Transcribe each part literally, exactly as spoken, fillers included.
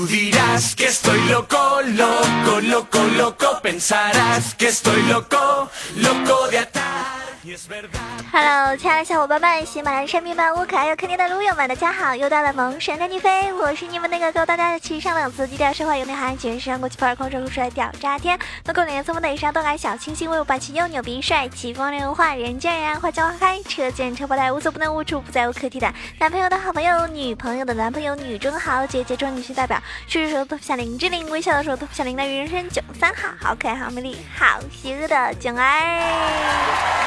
Hello， 亲爱的小伙伴们，喜马拉雅山民们，我可爱又可怜的撸友们，大家好！又到了萌神带你飞，我是你们那个够大家的情商两次低调奢华有内涵，全身国际范儿空中出来屌炸天，能够连风风的以上动感小清新，威武霸气又牛逼，帅气风流化，人见人爱花见花开，车见车爆胎，无所不能无处不在无可替代。男朋友的好朋友，女朋友的男朋友，女中豪杰，杰中女性代表，说说都不像林志玲，微笑的时候都不像林黛玉，人生九三好，好可爱，好美丽，好邪恶的囧儿。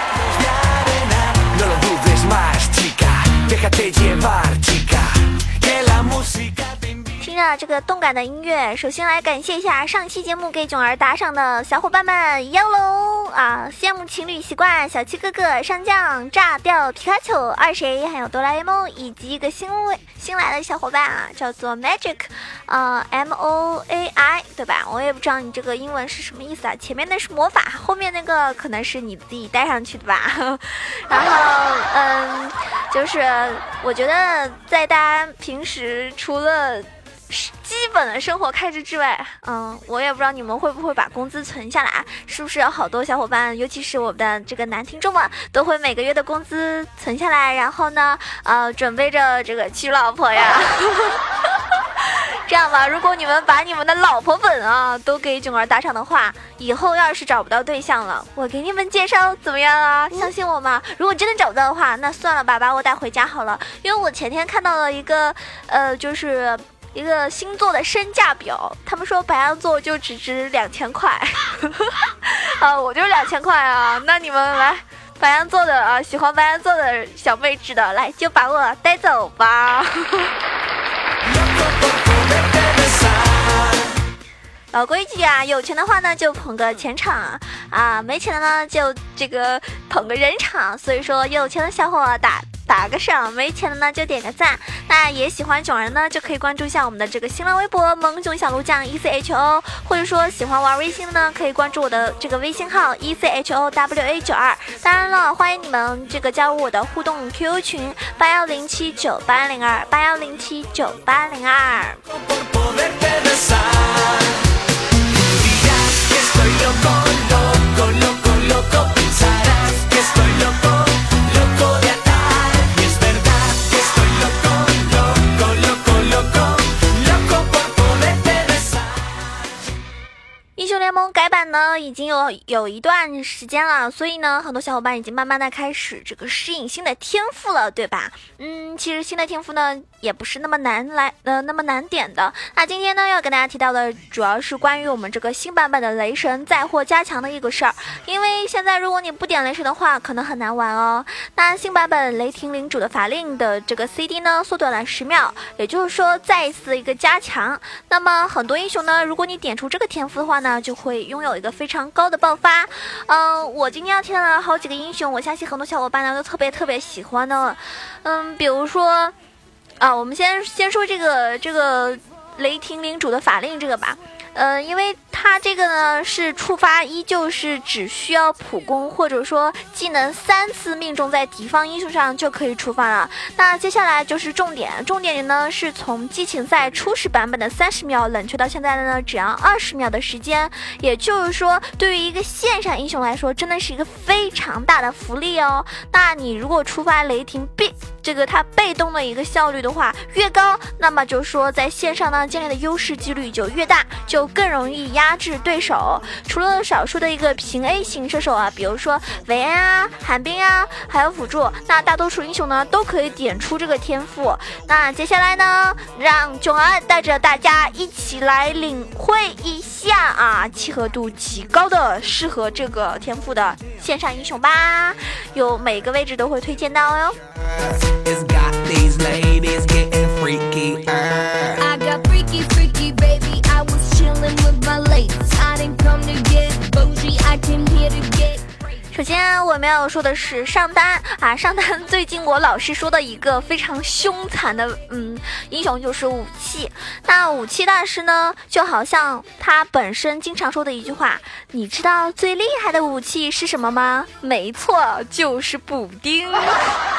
听着这个动感的音乐，首先来感谢一下上期节目给囧儿打赏的小伙伴们，幺喽啊，羡慕情侣习惯，小七哥哥，上将，炸掉皮卡丘，二谁，还有哆啦 A 梦，以及一个新位新来的小伙伴啊，叫做 Magic， 呃 M O A I， 对吧？我也不知道你这个英文是什么意思啊，前面那是魔法，后面那个可能是你自己带上去的吧。然后嗯，就是我觉得在大家平时除了基本的生活开支之外，嗯，我也不知道你们会不会把工资存下来，是不是有好多小伙伴，尤其是我们的这个男听众们，都会每个月的工资存下来，然后呢，呃，准备着这个娶老婆呀。这样吧，如果你们把你们的老婆粉啊都给囧儿打赏的话，以后要是找不到对象了，我给你们介绍怎么样啊？相信我吗？如果真的找不到的话，那算了吧，把我带回家好了。因为我前天看到了一个，呃，就是一个星座的身价表，他们说白羊座就只值两千块，啊，我就两千块啊，那你们来。白羊座的啊，喜欢白羊座的小妹纸的，来就把我带走吧。老规矩啊，有钱的话呢就捧个钱场啊，没钱的呢就这个捧个人场。所以说有钱的小伙打打个赏，没钱的呢就点个赞。那也喜欢囧人呢，就可以关注一下我们的这个新浪微博萌囧小鹿酱 E C H O， 或者说喜欢玩微信的呢，可以关注我的这个微信号 E C H O W A 九二。当然了，欢迎你们这个加入我的互动 Q Q 群八幺零七九八零二八幺零七九八零二。英雄联盟改版呢已经有有一段时间了，所以呢很多小伙伴已经慢慢的开始这个适应新的天赋了，对吧？嗯，其实新的天赋呢也不是那么难来呃那么难点的。那今天呢要跟大家提到的主要是关于我们这个新版本的雷神再获加强的一个事儿，因为现在如果你不点雷神的话可能很难玩哦。那新版本雷霆领主的法令的这个 C D 呢缩短了十秒，也就是说再一次一个加强。那么很多英雄呢，如果你点出这个天赋的话呢，就会拥有一个非常高的爆发。嗯、呃，我今天要提到了好几个英雄，我相信很多小伙伴呢都特别特别喜欢的。嗯，比如说啊，我们先先说这个这个雷霆领主的法令这个吧。呃，因为它这个呢是触发依旧是只需要普攻或者说技能三次命中在敌方英雄上就可以触发了。那接下来就是重点，重点呢是从激情赛初始版本的三十秒冷却到现在的呢只要二十秒的时间，也就是说对于一个线上英雄来说真的是一个非常大的福利哦。那你如果触发雷霆被这个它被动的一个效率的话越高，那么就说在线上呢建立的优势几率就越大，就更容易压制对手。除了少数的一个平 A 型射手啊，比如说维恩啊、寒冰啊，还有辅助，那大多数英雄呢都可以点出这个天赋。那接下来呢，让囧儿带着大家一起来领会一下啊，契合度极高的适合这个天赋的线上英雄吧，有每个位置都会推荐到哟。It's got these ladies getting freaky. I got freaky, freaky, baby. I was chilling with my ladies. I didn't come to get bougie. I came here to get. 首先我们要说的是上单啊，上单最近我老是说的一个非常凶残的嗯英雄就是武器。那武器大师呢，就好像他本身经常说的一句话，你知道最厉害的武器是什么吗？没错，就是补丁。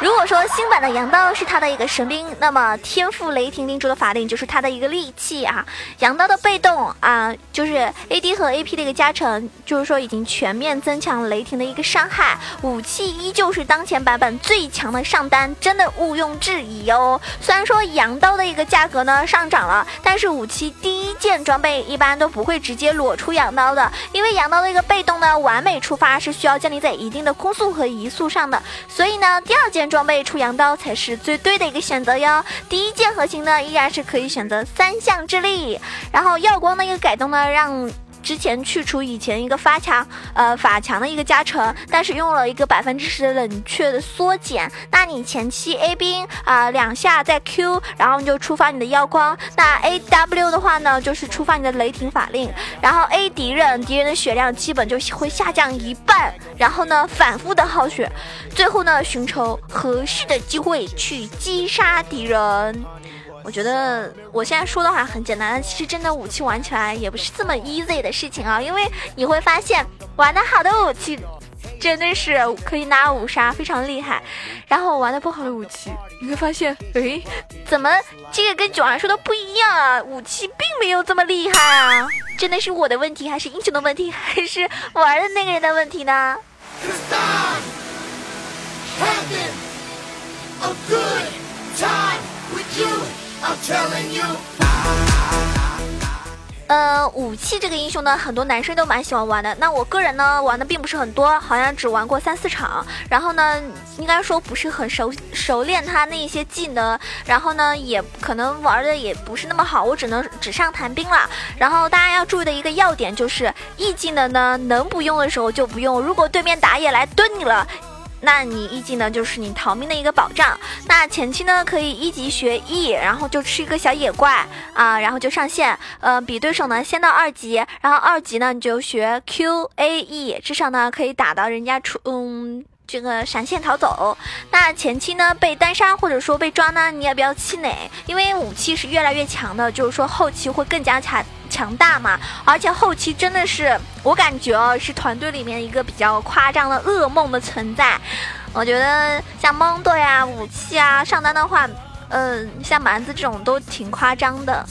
如果说新版的羊刀是他的一个神兵，那么天赋雷霆领主的法令就是他的一个利器啊。羊刀的被动啊，就是 A D 和 A P 的一个加成，就是说已经全面增强雷霆的一个伤害。武器依旧是当前版本最强的上单，真的毋庸置疑哦。虽然说羊刀的一个价格呢上涨了，但是武器第一件装备一般都不会直接裸出羊刀的，因为羊刀的一个被动呢完美触发是需要建立在一定的攻速和移速上的，所以呢第二件装备出羊刀才是最对的一个选择哟。第一件核心呢依然是可以选择三项之力，然后耀光的一个改动呢让之前去除以前一个发强呃法强的一个加成，但是用了一个百分之十的冷却的缩减。那你前期 A 兵啊、呃、两下再 Q， 然后你就触发你的耀光。那 A W 的话呢，就是触发你的雷霆法令，然后 A 敌人，敌人的血量基本就会下降一半，然后呢反复的耗血，最后呢寻求合适的机会去击杀敌人。我觉得我现在说的话很简单，其实真的武器玩起来也不是这么 easy 的事情啊，因为你会发现玩的好的武器真的是可以拿五杀，非常厉害，然后玩的不好的武器你会发现，诶，怎么这个跟九儿说的不一样啊，武器并没有这么厉害啊，真的是我的问题，还是英雄的问题，还是玩的那个人的问题呢？I'm telling you. 呃，武器这个英雄呢，很多男生都蛮喜欢玩的。那我个人呢，玩的并不是很多，好像只玩过三四场。然后呢，应该说不是很熟熟练他那些技能。然后呢，也可能玩的也不是那么好，我只能纸上谈兵了。然后大家要注意的一个要点就是，E技能呢，能不用的时候就不用。如果对面打野来蹲你了，那你一技呢就是你逃命的一个保障。那前期呢可以一级学 E， 然后就吃一个小野怪啊，然后就上线，呃，比对手呢先到二级，然后二级呢你就学 Q A E， 至少呢可以打到人家出嗯。这个闪现逃走。那前期呢被单杀或者说被抓呢，你也不要气馁，因为武器是越来越强的，就是说后期会更加强强大嘛。而且后期真的是我感觉哦，是团队里面一个比较夸张的噩梦的存在。我觉得像蒙队啊、武器啊上单的话，嗯、呃，像蛮子这种都挺夸张的。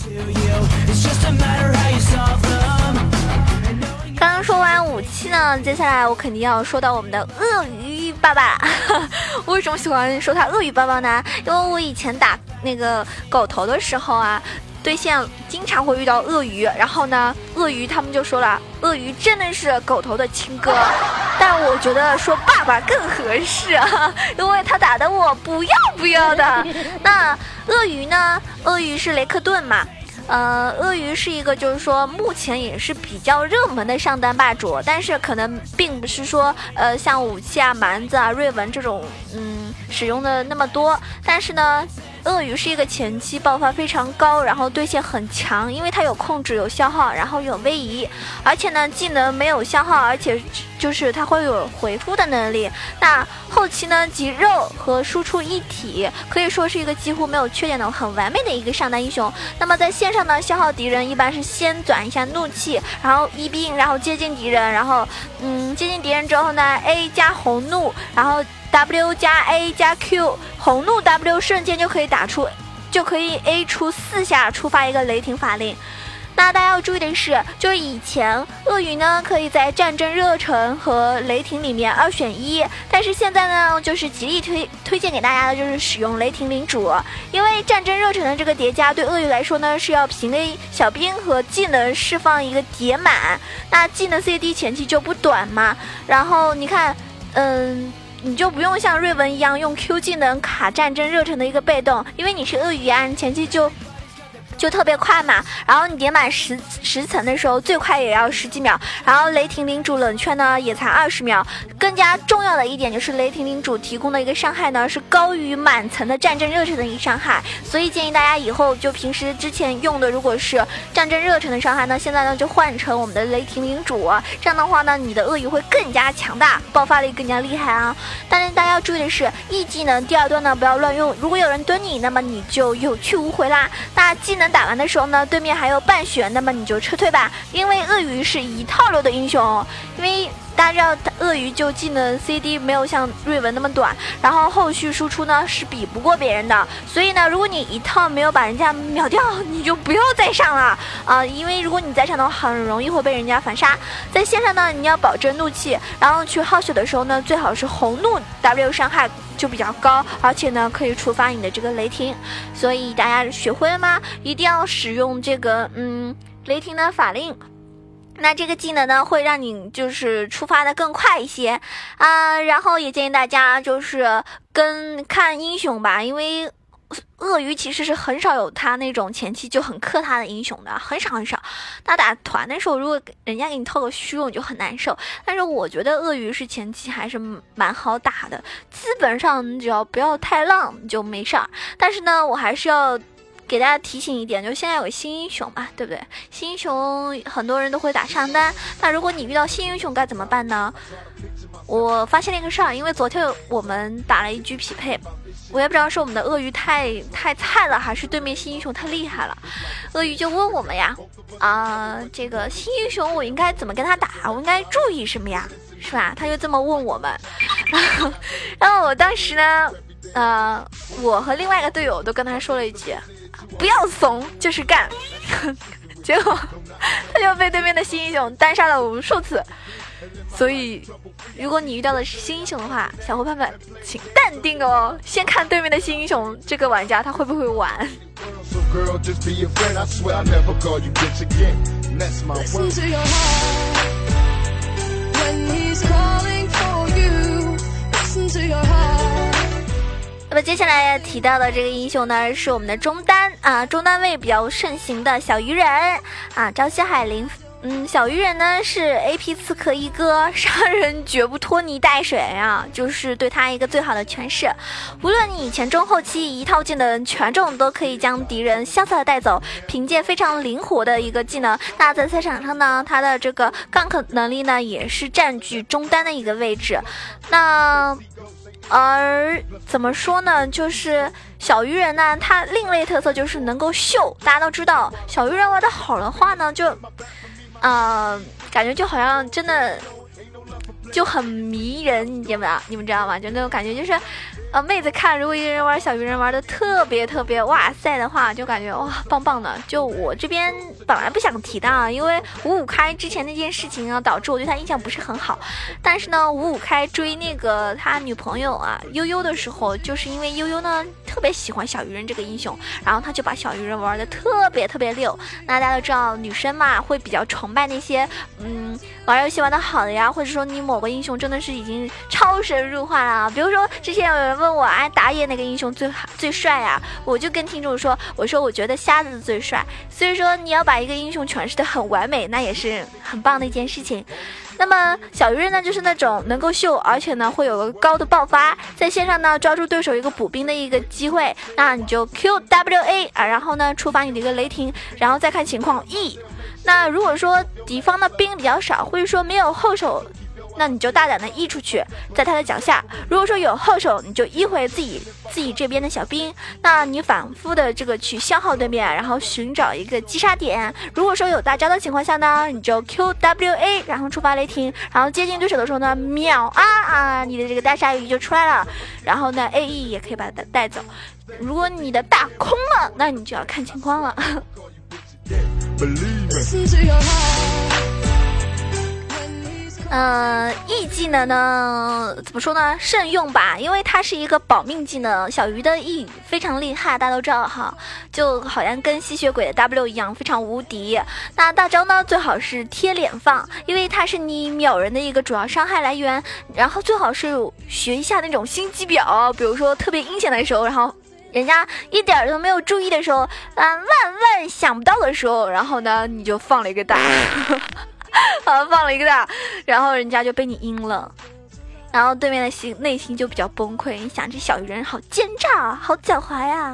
刚刚说完武器呢，接下来我肯定要说到我们的鳄鱼爸爸。为什么喜欢说他鳄鱼爸爸呢？因为我以前打那个狗头的时候啊，对线经常会遇到鳄鱼，然后呢，鳄鱼他们就说了，鳄鱼真的是狗头的亲哥，但我觉得说爸爸更合适啊，因为他打的我不要不要的。那鳄鱼呢？鳄鱼是雷克顿嘛？呃，鳄鱼是一个就是说目前也是比较热门的上单霸主，但是可能并不是说呃像武器啊、蛮子啊、瑞文这种嗯使用的那么多，但是呢。鳄鱼是一个前期爆发非常高，然后对线很强，因为它有控制、有消耗，然后有位移，而且呢技能没有消耗，而且就是它会有回复的能力。那后期呢集肉和输出一体，可以说是一个几乎没有缺点的很完美的一个上单英雄。那么在线上呢，消耗敌人一般是先转一下怒气，然后一兵，然后接近敌人，然后嗯接近敌人之后呢 A 加红怒，然后W 加 A 加 Q， 红怒 W 瞬间就可以打出，就可以 A 出四下触发一个雷霆法令。那大家要注意的是，就是以前鳄鱼呢可以在战争热忱和雷霆里面二选一，但是现在呢就是极力推推荐给大家的就是使用雷霆领主，因为战争热忱的这个叠加对鳄鱼来说呢是要平 A 小兵和技能释放一个叠满，那技能 C D 前期就不短嘛，然后你看，嗯。你就不用像瑞文一样用 Q 技能卡战争热忱的一个被动，因为你是鳄鱼啊，你前期就就特别快嘛，然后你叠满十十层的时候最快也要十几秒，然后雷霆领主冷却呢也才二十秒。更加重要的一点就是雷霆领主提供的一个伤害呢是高于满层的战争热忱的一个伤害，所以建议大家以后就平时之前用的如果是战争热忱的伤害呢，现在呢就换成我们的雷霆领主，这样的话呢你的鳄鱼会更加强大，爆发力更加厉害啊。但是大家要注意的是 E 技能第二段呢不要乱用，如果有人蹲你，那么你就有去无回啦。那技能打完的时候呢，对面还有半血，那么你就撤退吧，因为鳄鱼是一套流的英雄，因为大家知道鳄鱼就技能 C D 没有像瑞文那么短，然后后续输出呢是比不过别人的，所以呢，如果你一套没有把人家秒掉，你就不要再上了啊、呃！因为如果你再上的话，很容易会被人家反杀。在线上呢，你要保证怒气，然后去耗血的时候呢，最好是红怒 W 伤害就比较高，而且呢可以触发你的这个雷霆。所以大家学会了吗？一定要使用这个嗯雷霆的法令。那这个技能呢，会让你就是触发的更快一些啊、呃，然后也建议大家就是跟看英雄吧，因为鳄鱼其实是很少有他那种前期就很克他的英雄的，很少很少。他打团的时候，如果人家给你套个虚弱，你就很难受。但是我觉得鳄鱼是前期还是蛮好打的，基本上你只要不要太浪就没事儿。但是呢，我还是要给大家提醒一点，就现在有新英雄嘛，对不对？新英雄很多人都会打上单，那如果你遇到新英雄该怎么办呢？我发现了一个事儿，因为昨天我们打了一局匹配，我也不知道是我们的鳄鱼太太菜了，还是对面新英雄太厉害了。鳄鱼就问我们呀，啊、呃，这个新英雄我应该怎么跟他打？我应该注意什么呀？是吧？他就这么问我们，然后我当时呢，呃，我和另外一个队友都跟他说了一句，不要怂，就是干。结果他就被对面的新英雄单杀了无数次。所以如果你遇到的是新英雄的话，小伙伴们请淡定哦，先看对面的新英雄这个玩家他会不会玩。那么接下来提到的这个英雄呢，是我们的中单啊，中单位比较盛行的小鱼人啊，朝夕海灵。嗯，小鱼人呢是 A P 刺客一哥，杀人绝不拖泥带水啊，就是对他一个最好的诠释。无论你前中后期一套技能全中，都可以将敌人潇洒的带走，凭借非常灵活的一个技能。那在赛场上呢，他的这个 gank 能力呢也是占据中单的一个位置。那而怎么说呢，就是小鱼人呢，他另类特色就是能够秀。大家都知道，小鱼人玩的好的话呢，就呃，感觉就好像真的就很迷人，你们你们知道吗？就那种感觉，就是呃，妹子看如果一个人玩小鱼人玩的特别特别哇塞的话，就感觉哇棒棒的。就我这边本来不想提的啊，因为五五开之前那件事情啊，导致我对他印象不是很好。但是呢，五五开追那个他女朋友啊悠悠的时候，就是因为悠悠呢特别喜欢小鱼人这个英雄，然后他就把小鱼人玩的特别特别溜。那大家都知道，女生嘛会比较崇拜那些嗯玩游戏玩的好的呀，或者说你某个英雄真的是已经超神入化了。比如说之前有人问我，哎，打野那个英雄最最帅啊，我就跟听众说，我说我觉得瞎子最帅。所以说你要把一个英雄诠释的很完美，那也是很棒的一件事情。那么小鱼人呢，就是那种能够秀，而且呢会有个高的爆发，在线上呢抓住对手一个补兵的一个机会，那你就 Q W A 啊，然后呢触发你的一个雷霆，然后再看情况 E。那如果说敌方的兵比较少，或者说没有后手，那你就大胆的E出去，在他的脚下。如果说有后手，你就E回自己自己这边的小兵。那你反复的这个去消耗对面，然后寻找一个击杀点。如果说有大招的情况下呢，你就 Q W A， 然后触发雷霆，然后接近对手的时候呢，秒啊啊，你的这个大鲨鱼就出来了。然后呢 A E 也可以把它带走。如果你的大空了，那你就要看情况了。呃 E 技能呢怎么说呢，慎用吧，因为它是一个保命技能。小鱼的 E 非常厉害，大家都知道哈，就好像跟吸血鬼的 W 一样，非常无敌。那大招呢最好是贴脸放，因为它是你秒人的一个主要伤害来源。然后最好是学一下那种心机婊，比如说特别阴险的时候，然后人家一点都没有注意的时候，啊万万想不到的时候，然后呢你就放了一个大啊，放了一个大，然后人家就被你阴了，然后对面的心内心就比较崩溃。你想这小鱼人好奸诈，好狡猾呀！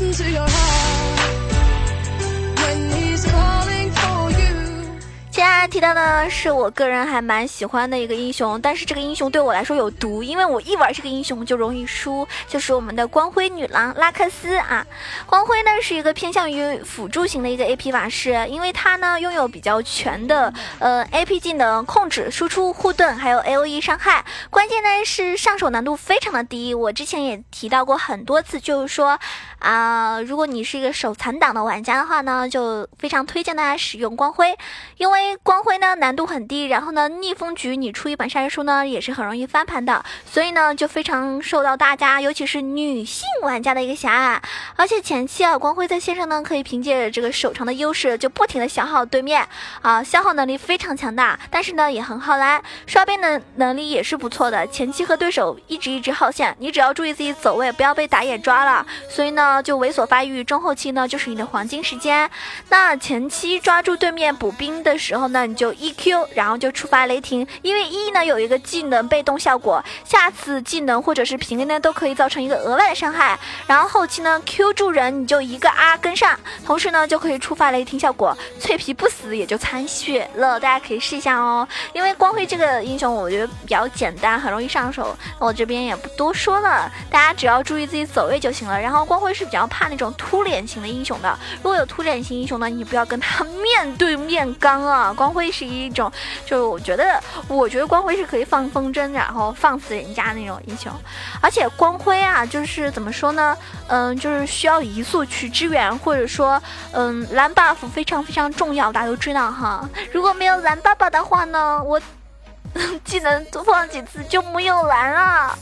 接下来提到呢，是我个人还蛮喜欢的一个英雄，但是这个英雄对我来说有毒，因为我一玩这个英雄就容易输，就是我们的光辉女郎拉克斯啊。光辉呢是一个偏向于辅助型的一个 A P 法师，因为它呢拥有比较全的呃 A P 技能控制、输出、护盾，还有 A O E 伤害。关键呢是上手难度非常的低，我之前也提到过很多次，就是说啊、呃，如果你是一个手残党的玩家的话呢，就非常推荐大家使用光辉，因为光辉呢难度很低，然后呢逆风局你出一本杀人书呢也是很容易翻盘的，所以呢就非常受到大家尤其是女性玩家的一个喜爱。而且前期啊光辉在线上呢可以凭借这个手长的优势就不停的消耗对面啊，消耗能力非常强大，但是呢也很好来，刷兵的能力也是不错的，前期和对手一直一直耗线，你只要注意自己走位，不要被打野抓了，所以呢就猥琐发育，中后期呢就是你的黄金时间。那前期抓住对面补兵的时候呢，你就 E Q 然后就触发雷霆，因为 E 呢有一个技能被动效果，下次技能或者是平 A 呢都可以造成一个额外的伤害，然后后期呢 Q 住人你就一个 R 跟上，同时呢就可以触发雷霆效果，脆皮不死也就残血了，大家可以试一下哦。因为光辉这个英雄我觉得比较简单，很容易上手，我这边也不多说了，大家只要注意自己走位就行了。然后光辉是比较怕那种突脸型的英雄的，如果有突脸型英雄呢，你不要跟他面对面刚啊。光辉是一种，就我觉得，我觉得光辉是可以放风筝然后放死人家那种英雄，而且光辉啊，就是怎么说呢，嗯，就是需要移速去支援，或者说，嗯，蓝 buff 非常非常重要，大家都知道哈。如果没有蓝爸爸的话呢，我技能多放几次就没有蓝了。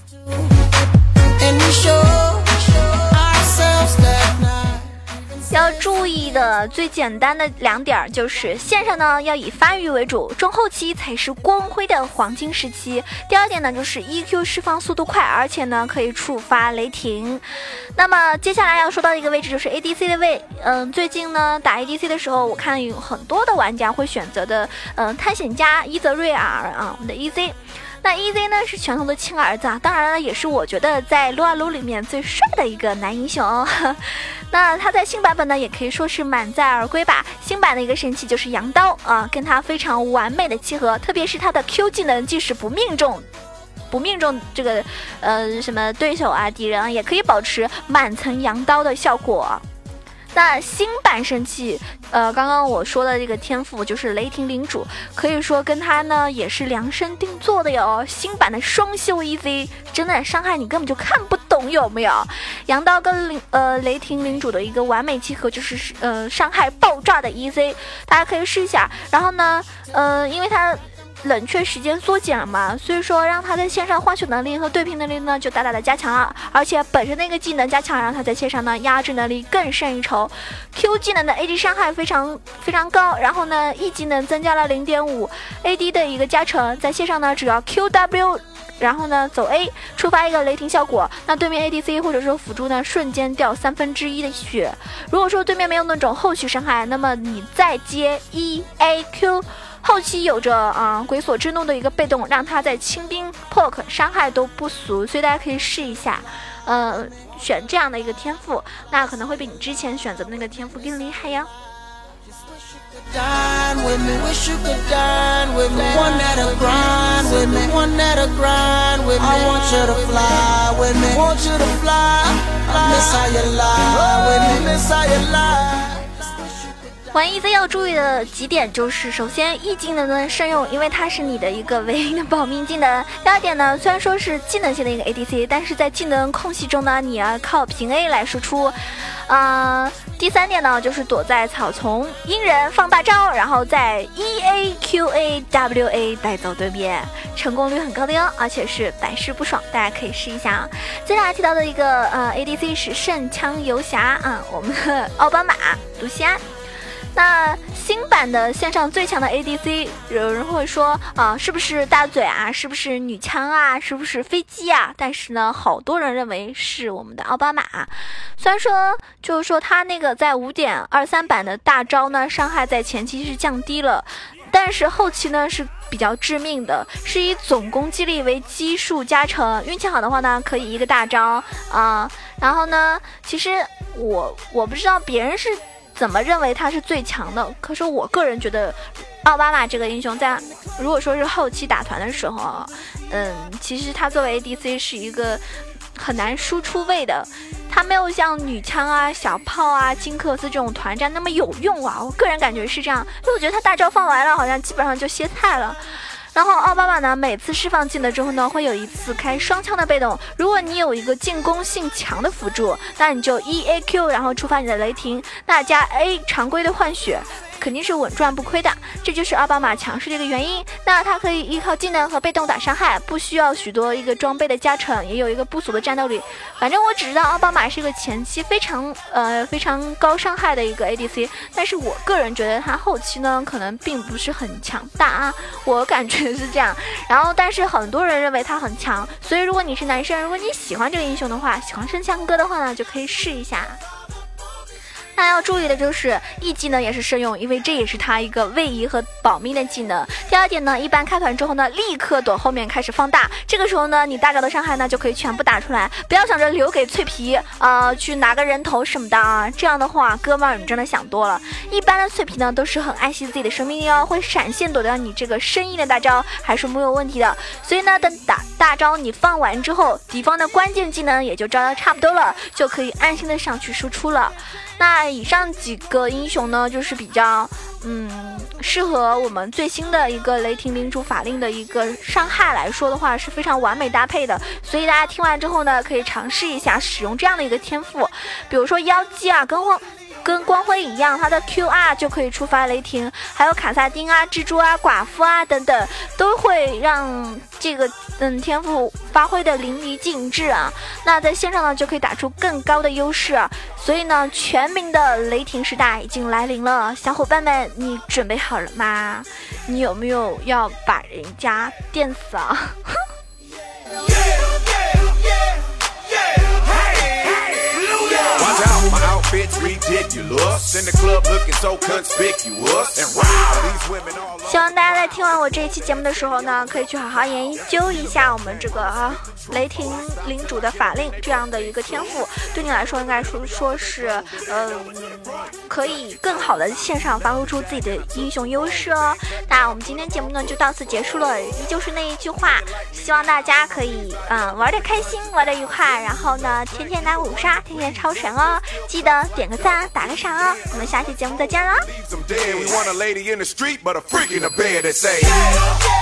要注意的最简单的两点就是线上呢要以发育为主，中后期才是光辉的黄金时期。第二点呢就是 E Q 释放速度快，而且呢可以触发雷霆。那么接下来要说到的一个位置就是 A D C 的位，嗯，最近呢打 A D C 的时候，我看有很多的玩家会选择的，嗯，探险家伊泽瑞尔啊，我们的 E Z。那 E Z 呢是拳头的亲儿子啊，当然了也是我觉得在撸啊撸里面最帅的一个男英雄。那他在新版本呢也可以说是满载而归吧。新版的一个神器就是羊刀啊，跟他非常完美的契合，特别是他的 Q 技能，即使不命中不命中这个呃什么对手啊敌人啊，也可以保持满层羊刀的效果。那新版神器，呃，刚刚我说的这个天赋就是雷霆领主，可以说跟他呢也是量身定做的哟。新版的双修 E Z 真的伤害你根本就看不懂，有没有？羊刀跟呃雷霆领主的一个完美契合，就是呃伤害爆炸的 E Z， 大家可以试一下。然后呢，呃，因为它冷却时间缩减了嘛，所以说让他在线上换血能力和对拼能力呢就大大的加强了，而且本身那个技能加强，让他在线上呢压制能力更胜一筹。 Q 技能的 A D 伤害非常非常高，然后呢 E 技能增加了 零点五 A D 的一个加成，在线上呢只要 Q W然后呢走 A 触发一个雷霆效果，那对面 A D C 或者说辅助呢瞬间掉三分之一的血。如果说对面没有那种后续伤害，那么你再接 E A Q，后期有着啊、呃、鬼锁之怒的一个被动，让他在清兵 poke 伤害都不俗，所以大家可以试一下，呃，选这样的一个天赋，那可能会比你之前选择的那个天赋更厉害呀。玩 E Z 要注意的几点就是，首先 E 技能呢慎用，因为它是你的一个唯一的保命技能。第二点呢，虽然说是技能型的一个 A D C， 但是在技能空隙中呢，你要靠平 A 来输出。呃，第三点呢，就是躲在草丛，阴人放大招，然后再 E A Q A W A 带走对面，成功率很高的哟，而且是百试不爽，大家可以试一下啊。接下来提到的一个呃 A D C 是圣枪游侠啊，我们的奥巴马卢锡安。那新版的线上最强的 A D C， 有人会说啊、呃，是不是大嘴啊，是不是女枪啊，是不是飞机啊？但是呢，好多人认为是我们的奥巴马。虽然说就是说他那个在 五点二三 版的大招呢，伤害在前期是降低了，但是后期呢是比较致命的，是以总攻击力为基数加成，运气好的话呢可以一个大招啊、呃。然后呢，其实我我不知道别人是怎么认为他是最强的，可是我个人觉得奥巴马这个英雄在如果说是后期打团的时候，嗯，其实他作为 A D C 是一个很难输出位的，他没有像女枪啊、小炮啊、金克斯这种团战那么有用啊，我个人感觉是这样，因为我觉得他大招放完了，好像基本上就歇菜了。然后奥巴马呢，每次释放技能之后呢，会有一次开双枪的被动。如果你有一个进攻性强的辅助，那你就 E A Q， 然后触发你的雷霆，那加 A 常规的换血，肯定是稳赚不亏的。这就是奥巴马强势的一个原因。那它可以依靠技能和被动打伤害，不需要许多一个装备的加成，也有一个不俗的战斗力。反正我只知道奥巴马是一个前期非常呃非常高伤害的一个 A D C， 但是我个人觉得他后期呢可能并不是很强大啊，我感觉是这样。然后但是很多人认为他很强，所以如果你是男生，如果你喜欢这个英雄的话，喜欢圣枪哥的话呢，就可以试一下。那要注意的就是 E 技能也是慎用，因为这也是他一个位移和保命的技能。第二点呢，一般开团之后呢，立刻躲后面开始放大，这个时候呢，你大招的伤害呢就可以全部打出来，不要想着留给脆皮呃去拿个人头什么的啊，这样的话哥们儿你真的想多了。一般的脆皮呢都是很爱惜自己的生命力哦，会闪现躲掉你这个深意的大招，还是没有问题的。所以呢，等打大招你放完之后，敌方的关键技能也就招的差不多了，就可以安心的上去输出了。那以上几个英雄呢，就是比较嗯适合我们最新的一个雷霆领主法令的一个伤害来说的话，是非常完美搭配的。所以大家听完之后呢，可以尝试一下使用这样的一个天赋，比如说妖姬啊，跟光跟光辉一样，它的 Q R 就可以触发雷霆，还有卡萨丁啊、蜘蛛啊、寡妇啊等等，都会让这个嗯天赋发挥的淋漓尽致啊。那在线上呢，就可以打出更高的优势啊。所以呢，全民的雷霆时代已经来临了，小伙伴们，你准备好了吗？你有没有要把人家电死啊？希望大家在听完我这一期节目的时候呢，可以去好好研究一下我们这个啊雷霆领主的法令这样的一个天赋，对你来说应该说说是嗯、呃、可以更好的线上发挥出自己的英雄优势哦。那我们今天节目呢就到此结束了，依旧是那一句话，希望大家可以嗯玩得开心，玩得愉快，然后呢天天打五杀，天天超神哦，记得点个赞，打个赏哦。我们下期节目再见啦。